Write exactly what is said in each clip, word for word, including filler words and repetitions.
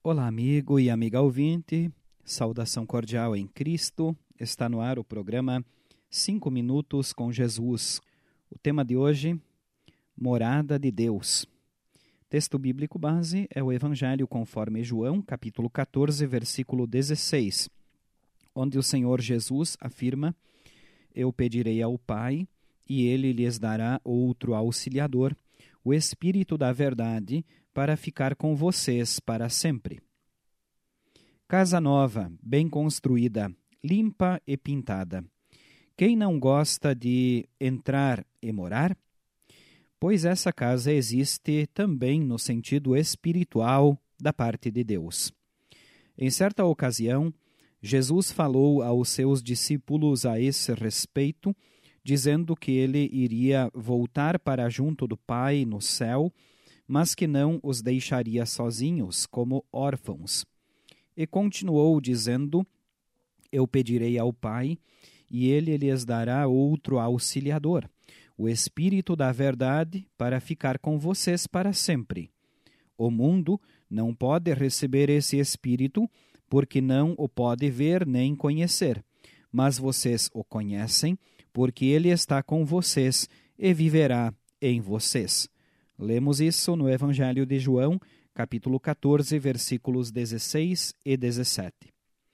Olá, amigo e amiga ouvinte, saudação cordial em Cristo. Está no ar o programa Cinco Minutos com Jesus. O tema de hoje, Morada de Deus. Texto bíblico base é o Evangelho conforme João, capítulo catorze, versículo dezesseis, onde o Senhor Jesus afirma: Eu pedirei ao Pai, e Ele lhes dará outro auxiliador, o Espírito da Verdade, para ficar com vocês para sempre. Casa nova, bem construída, limpa e pintada. Quem não gosta de entrar e morar? Pois essa casa existe também no sentido espiritual da parte de Deus. Em certa ocasião, Jesus falou aos seus discípulos a esse respeito, dizendo que ele iria voltar para junto do Pai no céu, mas que não os deixaria sozinhos como órfãos. E continuou dizendo: Eu pedirei ao Pai, e Ele lhes dará outro auxiliador, o Espírito da Verdade, para ficar com vocês para sempre. O mundo não pode receber esse Espírito, porque não o pode ver nem conhecer, mas vocês o conhecem, porque Ele está com vocês e viverá em vocês. Lemos isso no Evangelho de João, capítulo catorze, versículos dezesseis e dezessete.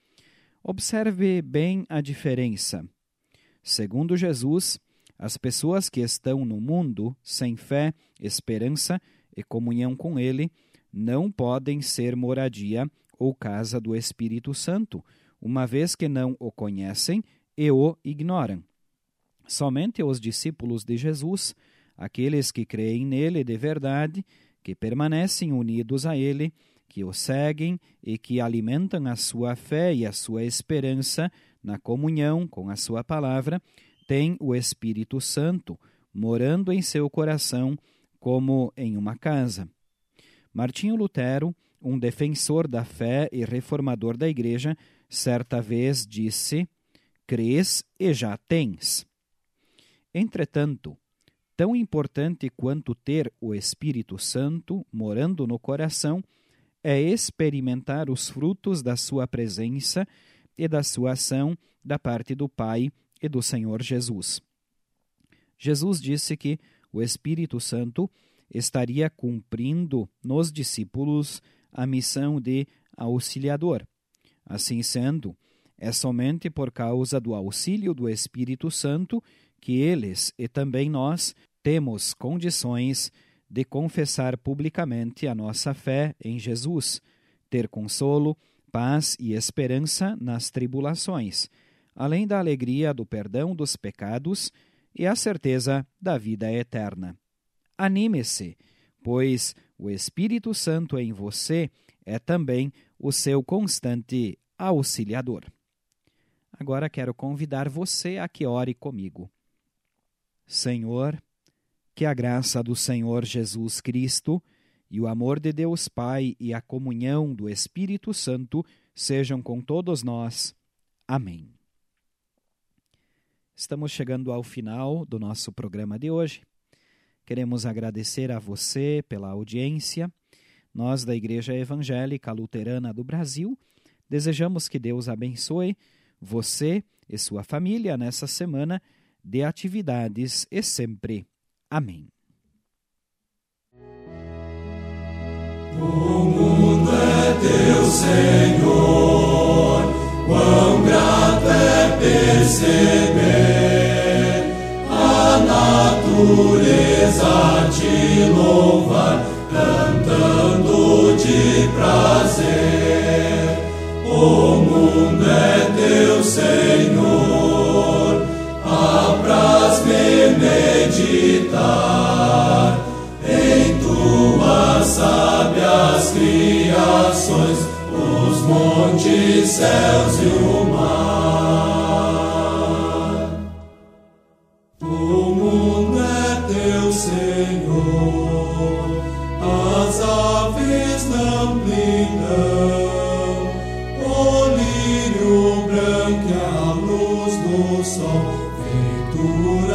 Observe bem a diferença. Segundo Jesus, as pessoas que estão no mundo sem fé, esperança e comunhão com Ele não podem ser moradia ou casa do Espírito Santo, uma vez que não o conhecem e o ignoram. Somente os discípulos de Jesus, aqueles que creem nele de verdade, que permanecem unidos a ele, que o seguem e que alimentam a sua fé e a sua esperança na comunhão com a sua palavra, têm o Espírito Santo morando em seu coração como em uma casa. Martinho Lutero, um defensor da fé e reformador da Igreja, certa vez disse: crês e já tens. Entretanto, tão importante quanto ter o Espírito Santo morando no coração é experimentar os frutos da sua presença e da sua ação da parte do Pai e do Senhor Jesus. Jesus disse que o Espírito Santo estaria cumprindo nos discípulos a missão de auxiliador. Assim sendo, é somente por causa do auxílio do Espírito Santo que eles e também nós temos condições de confessar publicamente a nossa fé em Jesus, ter consolo, paz e esperança nas tribulações, além da alegria do perdão dos pecados e a certeza da vida eterna. Anime-se, pois o Espírito Santo em você é também o seu constante auxiliador. Agora quero convidar você a que ore comigo. Senhor, que a graça do Senhor Jesus Cristo e o amor de Deus Pai e a comunhão do Espírito Santo sejam com todos nós. Amém. Estamos chegando ao final do nosso programa de hoje. Queremos agradecer a você pela audiência. Nós, da Igreja Evangélica Luterana do Brasil, desejamos que Deus abençoe você e sua família nessa semana de atividades e sempre. Amém. O mundo é teu, Senhor, quão grato é perceber a natureza te louvar, cantando de prazer. O mundo é teu, Senhor, apraz-me meditar em tuas sábias criações, os montes, céus e o mar. O mundo é teu, Senhor, as aves na amplidão, o lírio branco e a luz do sol, feitura